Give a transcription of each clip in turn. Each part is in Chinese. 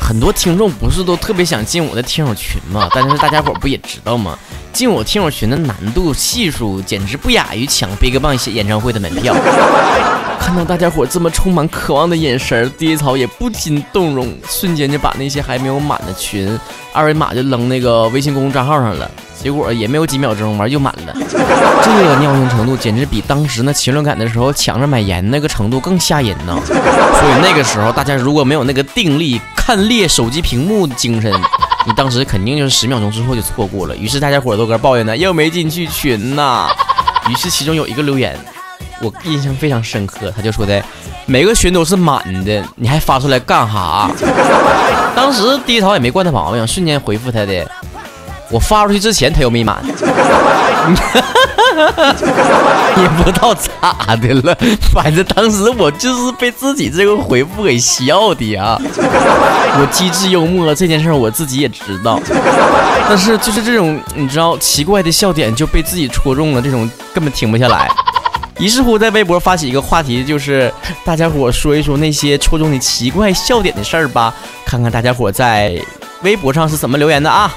很多听众不是都特别想进我的听友群吗？但是大家伙不也知道吗？进我听友群的难度系数简直不亚于抢BigBang演唱会的门票。看到大家伙这么充满渴望的眼神，低草也不禁动容，瞬间就把那些还没有满的群二维码就扔那个微信公众账号上了。结果也没有几秒钟，完又满了。这个尿性程度简直比当时那禽流感的时候抢着买盐那个程度更吓人呢。所以那个时候大家如果没有那个定力看裂手机屏幕精神，你当时肯定就是10秒钟之后就错过了。于是大家伙都搁抱怨呢，又没进去群呐。于是其中有一个留言我印象非常深刻，他就说的每个群都是满的，你还发出来干哈？当时低潮也没惯他毛病，瞬间回复他的，我发出去之前他又没满。也不知道咋的了，反正当时我就是被自己这个回复给笑的呀。我机智幽默这件事我自己也知道，但是就是这种你知道奇怪的笑点就被自己戳中了，这种根本停不下来。于是乎在微博发起一个话题，就是大家伙说一说那些戳中你奇怪笑点的事儿吧，看看大家伙在微博上是怎么留言的啊。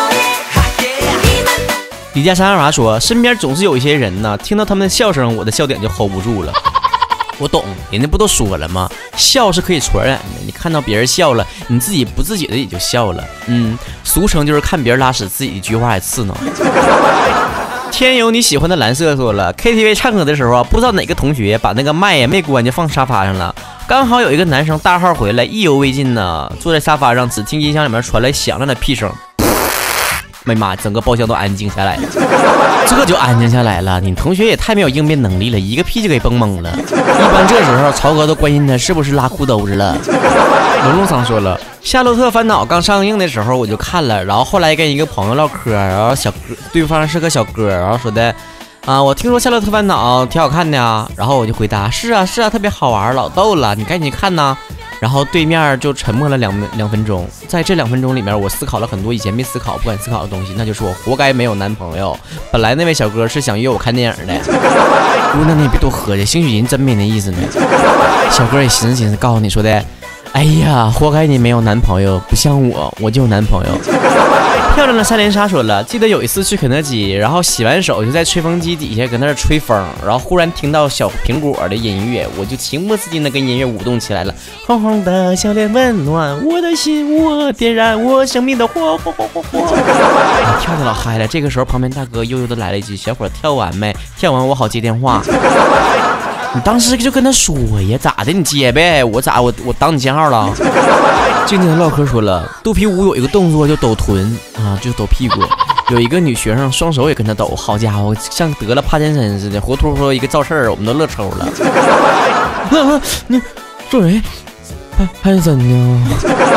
李家山二娃说，身边总是有一些人呢，听到他们的笑声我的笑点就 hold 不住了。我懂，人家不都说了吗？笑是可以传染的，你看到别人笑了，你自己不自觉的也就笑了。俗称就是看别人拉屎，自己一句话也刺挠。天有你喜欢的蓝色说了， KTV 唱歌的时候啊，不知道哪个同学把那个麦也没关就放沙发上了，刚好有一个男生大号回来，意犹未尽呢，坐在沙发上，只听音响里面传来响亮的屁声。没妈，整个包厢都安静下来了，这就安静下来了。你同学也太没有应变能力了，一个屁就给崩懵了。一般这时候曹哥都关心他是不是拉裤兜子了。龙龙桑说了，夏洛特烦恼刚上映的时候我就看了，然后后来跟一个朋友唠嗑，然后对方是个小哥，然后说的我听说夏洛特烦恼挺好看的啊，然后我就回答是啊，特别好玩，老逗了，你赶紧看呐。然后对面就沉默了两分钟，在这2分钟里面，我思考了很多以前没思考、不敢思考的东西，那就是我活该没有男朋友。本来那位小哥是想约我看电影的，那你也别多合计，兴许人真没那意思呢。小哥也寻思，告诉你说的，哎呀，活该你没有男朋友，不像我就有男朋友。漂亮的三连莎说了，记得有一次去肯德基，然后洗完手就在吹风机底下搁那儿吹风，然后忽然听到小苹果的音乐，我就情不自禁的跟音乐舞动起来了。红红的笑脸温暖我的心，我点燃我生命的火，火。跳的老嗨了。这个时候旁边大哥悠悠的来了一句，小伙跳完没？跳完我好接电话。你当时就跟他说呀，咋的？你接呗，我当你监号了。静静的唠嗑说了，肚皮舞有一个动作就抖臀啊，就抖屁股。有一个女学生双手也跟他抖，好家伙，像得了帕金森似的，活脱脱一个造事儿，我们都乐抽了。你说谁？帕金森呢？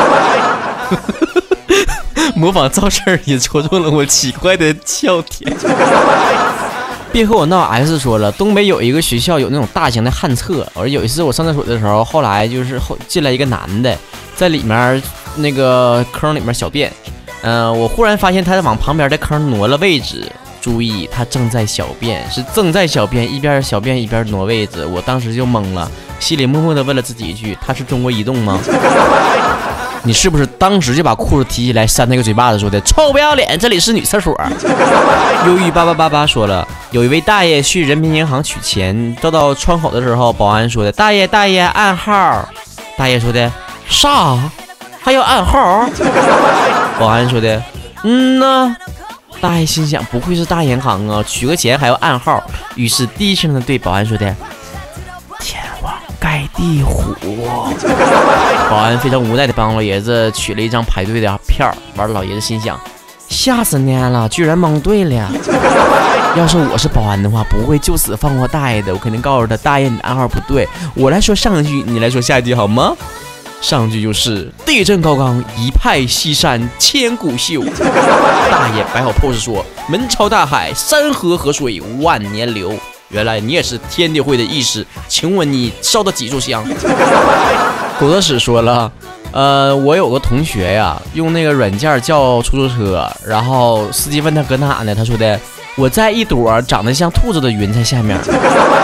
模仿造事儿也戳中了我奇怪的笑点。别和我闹 S 说了，东北有一个学校有那种大型的旱厕，而有一次我上厕所的时候，后来就是进来一个男的，在里面那个坑里面小便，我忽然发现他往旁边的坑挪了位置，注意他正在小便，是正在小便，一边小便一边挪位置，我当时就懵了，心里默默的问了自己一句，他是中国移动吗？你是不是当时就把裤子提起来扇那个嘴巴子说的臭不要脸，这里是女厕所。忧郁8888说了，有一位大爷去人民银行取钱，到窗口的时候，保安说的大爷暗号，大爷说的啥还要暗号？保安说的呢。大爷心想不愧是大银行啊，取个钱还要暗号，于是低声的对保安说的天王盖地虎。保安非常无奈的帮老爷子取了一张排队的票，完老爷子心想吓死年了，居然蒙对了。要是我是保安的话，不会就此放过大爷的，我肯定告诉他大爷你的暗号不对，我来说上句，你来说下句好吗？上句就是地震高冈，一派西山千古秀。大爷摆好 pose 说门朝大海，山河河水万年流。原来你也是天地会的义士，请问你烧的几炷香？狗德史说了，我有个同学呀，用那个软件叫出租车，然后司机问他搁哪呢，他说的我在一朵长得像兔子的云彩下面。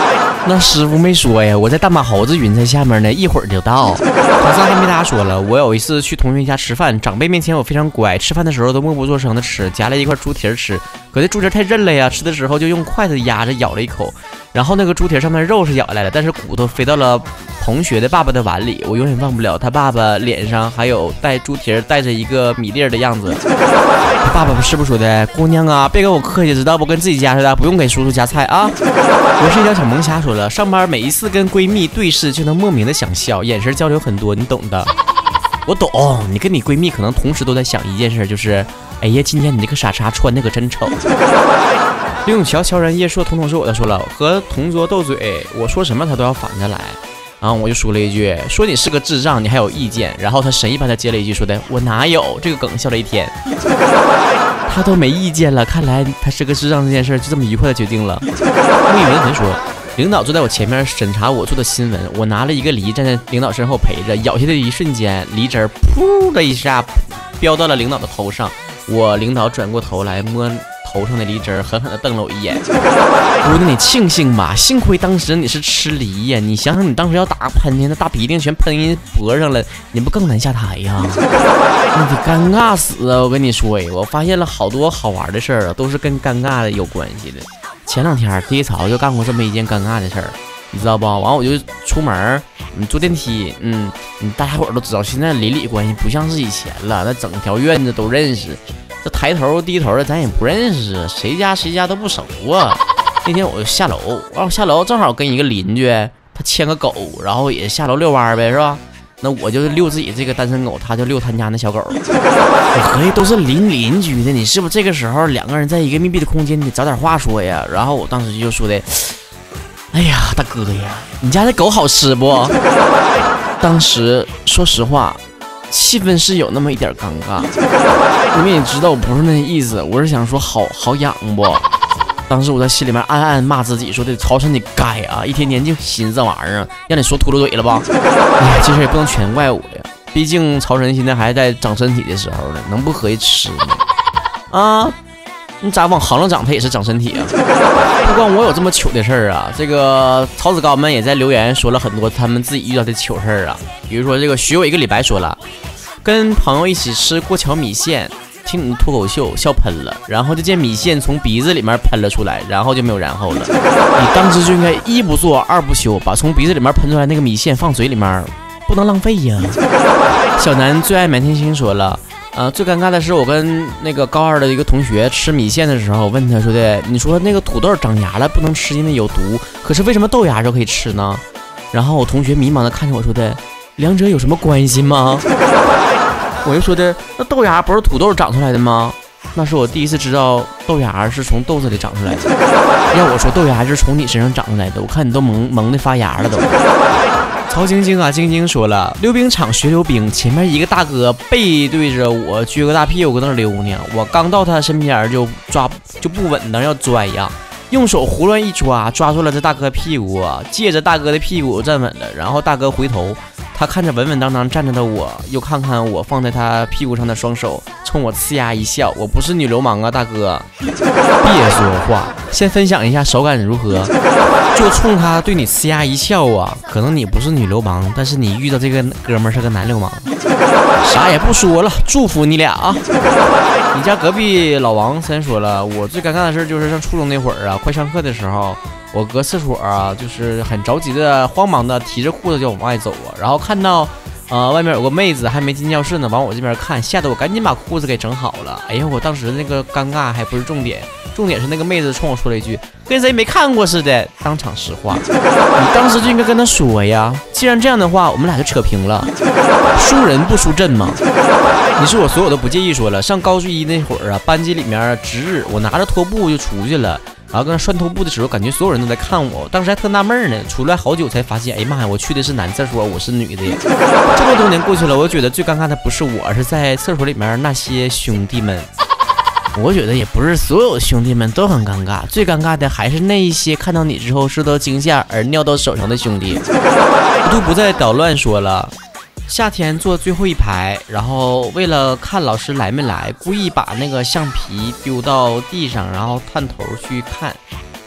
那师傅没说呀，我在大马猴子云彩下面呢，一会儿就到。同上还没大家说了，我有一次去同学家吃饭，长辈面前我非常乖，吃饭的时候都默不作声的吃，夹了一块猪蹄吃，可这猪蹄太韧了呀，吃的时候就用筷子压着咬了一口，然后那个猪蹄上面肉是咬下来了，但是骨头飞到了同学的爸爸的碗里，我永远忘不了他爸爸脸上还有带猪蹄带着一个米粒的样子。他爸爸是不是说的，姑娘啊，别跟我客气，知道不？跟自己家似的，不用给叔叔夹菜啊。我是一条小萌侠，说了，上班每一次跟闺蜜对视就能莫名的想笑，眼神交流很多，你懂的。我懂，你跟你闺蜜可能同时都在想一件事，就是哎呀，今天你这个傻叉穿的可真丑。李永桥悄然叶说统统是我的，说了和同桌斗嘴，我说什么他都要反着来。然后我就说了一句，说你是个智障，你还有意见。然后他神一般的接了一句，说的我哪有，这个梗笑了一天。他都没意见了，看来他是个智障这件事就这么愉快的决定了。穆以文很说，领导坐在我前面审查我做的新闻，我拿了一个梨站在领导身后陪着，咬下的一瞬间，梨汁噗的一下飙到了领导的头上。我领导转过头来摸头上的梨汁，狠狠地瞪了我一眼。姑娘，你庆幸吧，幸亏当时你是吃梨呀！你想想，你当时要打个喷嚏，那大鼻涕全喷人脖上了，你不更难下台呀？那得尴尬死啊！我跟你说呀，我发现了好多好玩的事儿啊，都是跟尴尬的有关系的。前两天第一槽就干过这么一件尴尬的事儿，你知道不？完我就出门，坐电梯，大家伙都知道，现在邻里关系不像是以前了，那整条院子都认识。这抬头低头的咱也不认识，谁家都不熟啊。那天我就下楼，我下楼正好跟一个邻居他牵个狗，然后也下楼遛弯呗，是吧？那我就遛自己这个单身狗，他就遛他家那小狗。我合计都是邻居的，你是不是这个时候两个人在一个密闭的空间，你得找点话说呀？然后我当时就说的，哎呀，大哥呀，你家的狗好吃不？当时说实话，气氛是有那么一点尴尬，因为你知道我不是那意思，我是想说好养不。当时我在心里面暗暗骂自己，说的曹晨你该啊，一天天就寻思这玩意儿，让你说秃噜嘴了吧？哎呀，其实也不能全怪我呀，毕竟曹晨现在还在长身体的时候呢，能不合计吃吗？啊，你咋往行了长，他也是长身体啊。不光我有这么糗的事儿啊，这个曹子高们也在留言说了很多他们自己遇到的糗事儿啊，比如说这个学我一个李白说了，跟朋友一起吃过桥米线，听你脱口秀笑喷了，然后就见米线从鼻子里面喷了出来，然后就没有然后了。你当时就应该一不做二不休，把从鼻子里面喷出来那个米线放嘴里面，不能浪费呀。小南最爱满天星说了，最尴尬的是我跟那个高二的一个同学吃米线的时候，问他说的，你说那个土豆长芽了不能吃，因为有毒，可是为什么豆芽就可以吃呢？然后我同学迷茫的看着我说的，两者有什么关系吗？我就说的，那豆芽不是土豆长出来的吗？那是我第一次知道豆芽是从豆子里长出来的。要我说豆芽是从你身上长出来的，我看你都萌的发芽了都。曹晶晶啊，晶晶说了，溜冰场学溜冰，前面一个大哥背对着我撅个大屁股搁那溜呢，我刚到他身边就不稳当要拽呀，用手胡乱一抓住了这大哥屁股啊，借着大哥的屁股站稳了，然后大哥回头，他看着稳稳当当站着的我，又看看我放在他屁股上的双手，冲我呲牙一笑，我不是女流氓啊，大哥。别说话，先分享一下手感如何？就冲他对你呲牙一笑啊，可能你不是女流氓，但是你遇到这个哥们儿是个男流氓。啥也不说了，祝福你俩啊！你家隔壁老王先说了，我最尴尬的事就是上初中那会儿啊，快上课的时候，我隔厕所啊，就是很着急的、慌忙的提着裤子就往外走啊，然后看到外面有个妹子还没进教室呢，往我这边看，吓得我赶紧把裤子给整好了。哎呀，我当时那个尴尬还不是重点，重点是那个妹子冲我说了一句跟谁没看过似的，当场实话。你当时就应该跟她说呀，既然这样的话，我们俩就扯平了，输人不输阵嘛。你是我所有的不介意说了，上高一那会儿啊，班级里面值日，我拿着拖布就出去了。然后跟拴拖布的时候，感觉所有人都在看我，当时还特纳闷呢。出来好久才发现，哎呀妈呀，我去的是男厕所，我是女的。这么多年过去了，我觉得最尴尬的不是我，而是在厕所里面那些兄弟们。我觉得也不是所有兄弟们都很尴尬，最尴尬的还是那一些看到你之后受到惊吓而尿到手上的兄弟。我都不再捣乱说了。夏天坐最后一排，然后为了看老师来没来，故意把那个橡皮丢到地上，然后探头去看。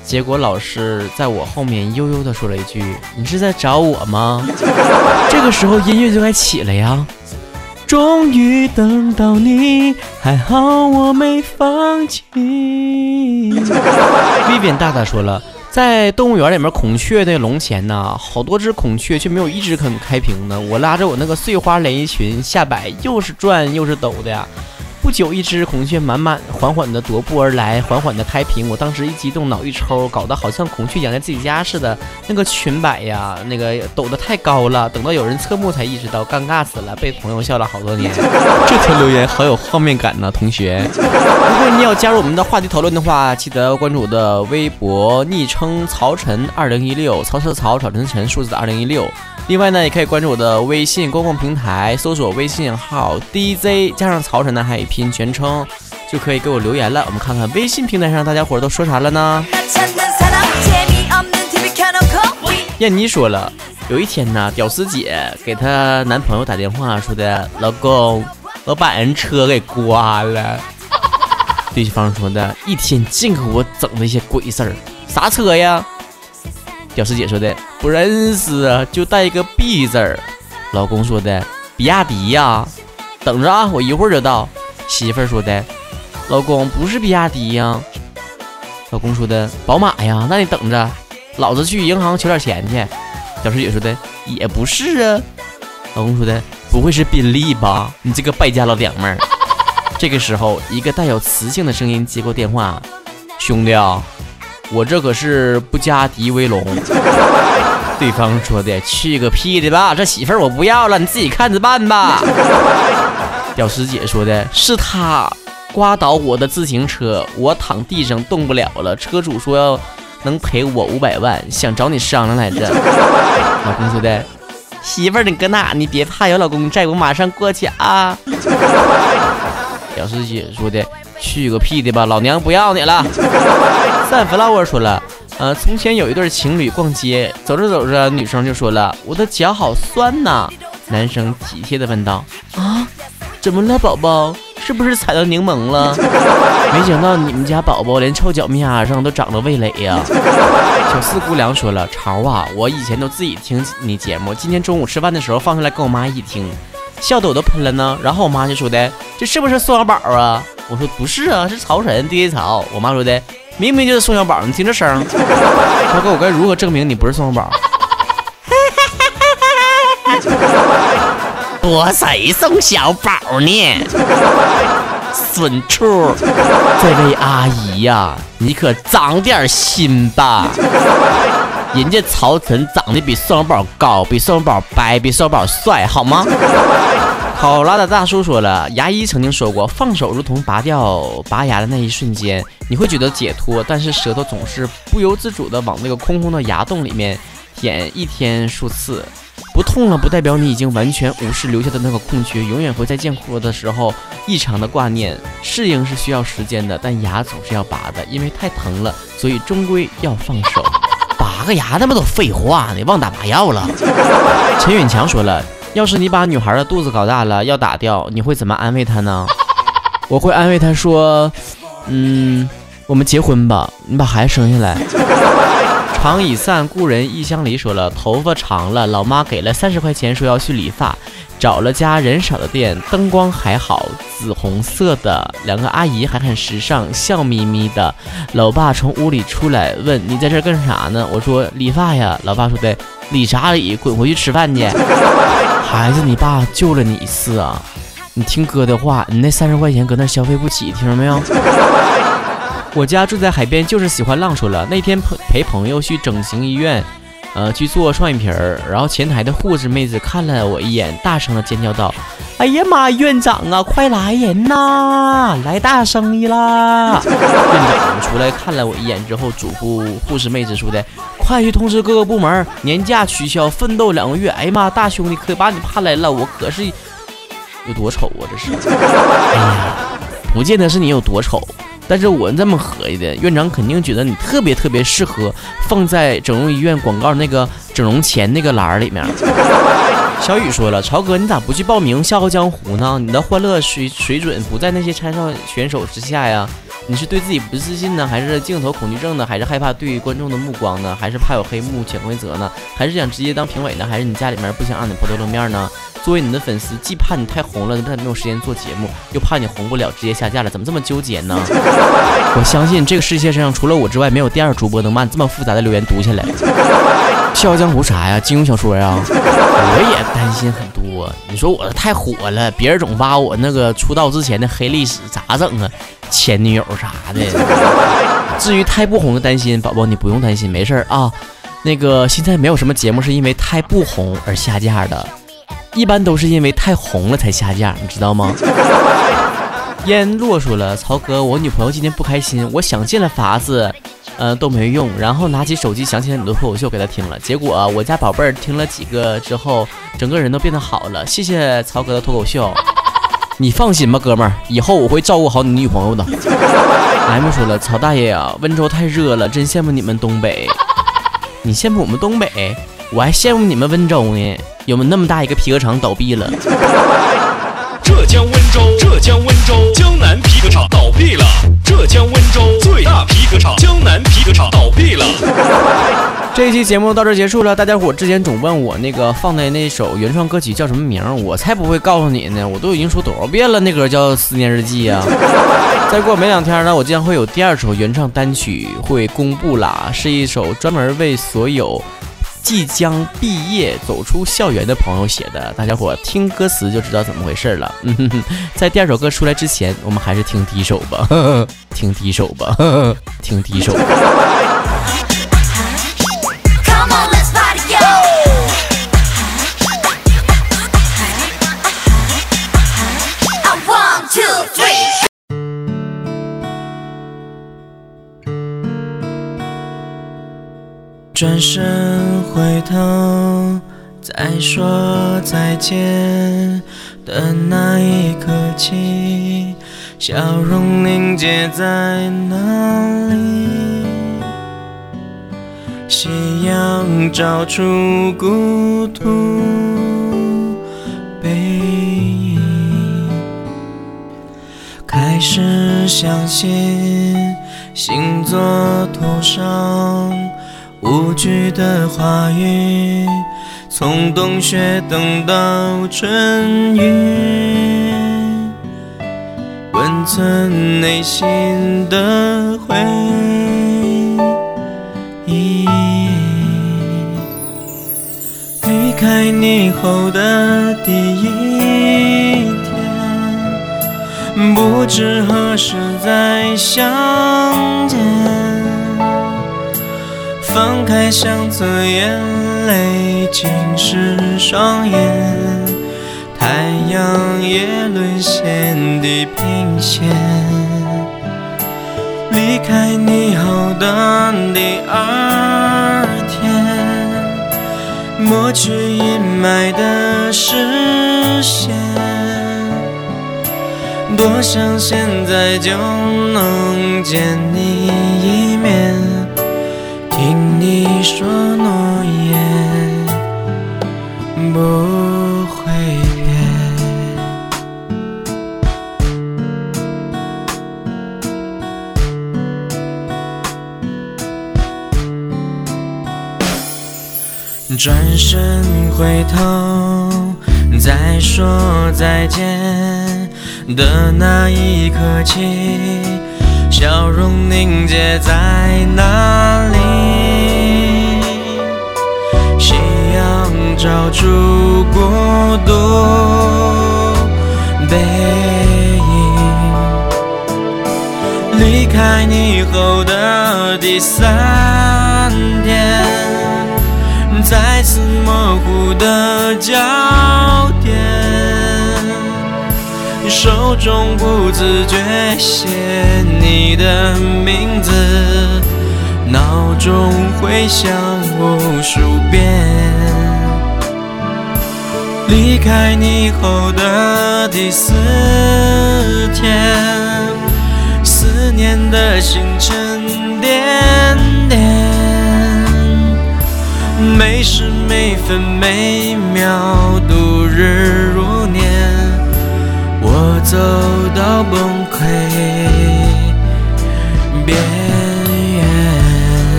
结果老师在我后面悠悠地说了一句：“你是在找我吗？”这个时候音乐就该起了呀。终于等到你，还好我没放弃。Vivian 大大说了，在动物园里面，孔雀那笼前呢，好多只孔雀却没有一只肯开屏呢。我拉着我那个碎花连衣裙下摆，又是转又是抖的呀。不久，一只孔雀缓缓地踱步而来，缓缓地开屏。我当时一激动，脑一抽，搞得好像孔雀养在自己家似的。那个裙摆呀，那个抖得太高了，等到有人侧目才意识到，尴尬死了，被朋友笑了好多年。这条留言好有画面感呢，同学。如果你要加入我们的话题讨论的话，记得关注我的微博，昵称曹晨2016，曹草晨晨数字的2016。另外呢，也可以关注我的微信公共平台，搜索微信号 DJ 加上曹晨的汉语拼音全称，就可以给我留言了。我们看看微信平台上大家伙都说啥了呢？燕妮说了，有一天呢，屌丝姐给她男朋友打电话说的，老公，我把人车给刮了。对方说的，一天净给我整那些鬼事儿，啥车呀？屌丝姐说的，不认识啊，就带一个 B 字儿。老公说的，比亚迪呀，等着啊，我一会儿就到。媳妇儿说的，老公不是比亚迪呀。老公说的，宝马呀，那你等着，老子去银行取点钱去。屌丝姐说的，也不是啊。老公说的，不会是宾利吧？你这个败家老娘们儿。这个时候，一个带有磁性的声音接过电话，兄弟啊，我这可是布加迪威龙。对方说的，去个屁的吧，这媳妇儿我不要了，你自己看着办吧。屌丝姐说的，是他刮倒我的自行车，我躺地上动不了了，车主说要能赔我500万，想找你商量来着。老公说的，媳妇儿你搁哪？你别怕，有老公在，我马上过去啊。屌丝姐说的，去个屁的吧，老娘不要你了。Sunflower 说了，从前有一对情侣逛街，走着走着，女生就说了，我的脚好酸呐。男生体贴地问道，啊，怎么了宝宝？是不是踩到柠檬了？没想到你们家宝宝连臭脚面上都长了味蕾呀。小四姑娘说了，潮啊，我以前都自己听你节目，今天中午吃饭的时候放出来跟我妈一起听，笑得我都喷了呢。然后我妈就说的，这是不是宋小宝啊？我说不是啊，是曹晨 DJ 曹。我妈说的，明明就是宋小宝，你听这声。涛哥，我该如何证明你不是宋小宝？我谁宋小宝呢？损畜！这位阿姨呀，你可长点心吧。人家曹晨长得比宋小宝高，比宋小宝白，比宋小宝帅，好吗？考拉的大叔说了，牙医曾经说过，放手如同拔牙的那一瞬间，你会觉得解脱，但是舌头总是不由自主的往那个空空的牙洞里面舔，一天数次。不痛了，不代表你已经完全无视留下的那个空缺，永远会在见哭的时候异常的挂念。适应是需要时间的，但牙总是要拔的，因为太疼了，所以终归要放手。拔个牙那么多废话呢，忘打麻药了。陈允强说了，要是你把女孩的肚子搞大了要打掉，你会怎么安慰她呢？我会安慰她说，我们结婚吧，你把孩子生下来。常已散，故人异乡离说了，头发长了，老妈给了30块钱说要去理发，找了家人少的店，灯光还好，紫红色的，两个阿姨还很时尚，笑眯眯的。老爸从屋里出来问，你在这干啥呢？我说理发呀。老爸说的，理啥理，滚回去吃饭去。孩子，你爸救了你一次啊，你听哥的话，你那30块钱搁那消费不起，听着没有？我家住在海边，就是喜欢浪说了。那天陪朋友去整形医院，去做双眼皮儿，然后前台的护士妹子看了我一眼，大声的尖叫道：“哎呀妈，院长啊，快来人呐，来大生意啦！”院长出来看了我一眼之后，嘱咐护士妹子说的：“快去通知各个部门，年假取消，奋斗2个月。”哎呀妈，大兄弟可把你盼来了，我可是有多丑啊，这是！哎呀，不见得是你有多丑。但是我这么合计的，院长肯定觉得你特别特别适合放在整容医院广告那个整容前那个栏里面。小雨说了，曹哥你咋不去报名笑傲江湖呢？你的欢乐水准不在那些参赛选手之下呀。 你是对自己不自信呢，还是镜头恐惧症呢，还是害怕对观众的目光呢，还是怕有黑幕潜规则呢，还是想直接当评委呢，还是你家里面不想让你抛头露面呢？作为你的粉丝，既怕你太红了，但没有时间做节目，又怕你红不了，直接下架了，怎么这么纠结呢？我相信这个世界上除了我之外，没有第二主播能把你这么复杂的留言读下来。笑傲江湖啥呀？金庸小说啊？我也担心很多。你说我太火了，别人总挖我那个出道之前的黑历史，咋整啊？前女友啥的。至于太不红的担心，宝宝你不用担心，没事啊。那个现在没有什么节目是因为太不红而下架的。一般都是因为太红了才下架，你知道吗？烟落说了，曹哥，我女朋友今天不开心，我想尽了法子，都没用，然后拿起手机想起了你的脱口秀给她听了，结果我家宝贝儿听了几个之后，整个人都变得好了。谢谢曹哥的脱口秀，你放心吧，哥们儿，以后我会照顾好你女朋友的。M 说了，曹大爷啊，温州太热了，真羡慕你们东北。你羡慕我们东北，我还羡慕你们温州呢。有没有那么大一个皮革厂倒闭了？ 浙江温州江南皮革厂倒闭了。浙江温州最大皮革厂江南皮革厂倒闭了。 这一期节目到这结束了，大家伙之前总问我那个放的那首原创歌曲叫什么名，我才不会告诉你呢，我都已经说多少遍了，那歌叫《思念日记》啊。再过没两天呢，我将会有第二首原创单曲会公布啦，是一首专门为所有即将毕业走出校园的朋友写的，大家伙听歌词就知道怎么回事了。在第二首歌出来之前，我们还是听第一首吧，听第一首吧，听第一首吧。 转身回头，再说再见的那一刻起，笑容凝结在哪里？夕阳照出孤独背影，开始相信星座图上无惧的话语，从冬雪等到春雨，温存内心的回忆。离开你后的第一天，不知何时再相见，放开相册，眼泪浸湿双眼，太阳也沦陷地平线。离开你后的第二天，抹去阴霾的视线，多想现在就能见你一面，听你说诺言不会变。转身回头，再说再见的那一刻起，笑容凝结在哪里？夕阳照出孤独背影，离开你后的第三天，再次模糊的焦点，手中不自觉写你的名字，脑中回响无数遍。离开你后的第四天，思念的心沉甸甸，每时每分每秒度日如年，我走到崩溃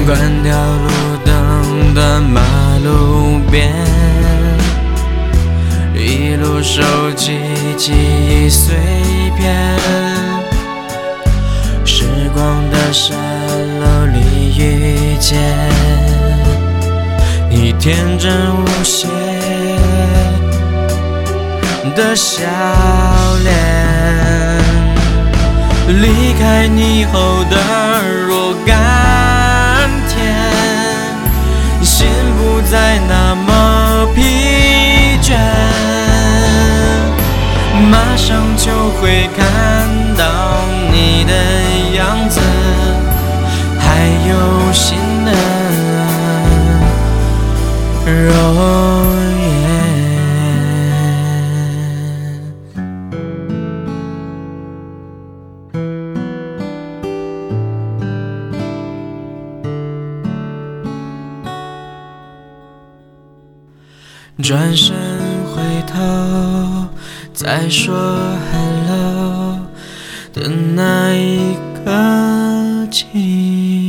关掉路灯的马路边，一路收集记忆碎片。时光的蜃楼里遇见你天真无邪的笑脸，离开你后的若干天，心不再那么疲倦，马上就会看到你的样子，还有新的容颜。转身回头再说 hello 的那一刻起。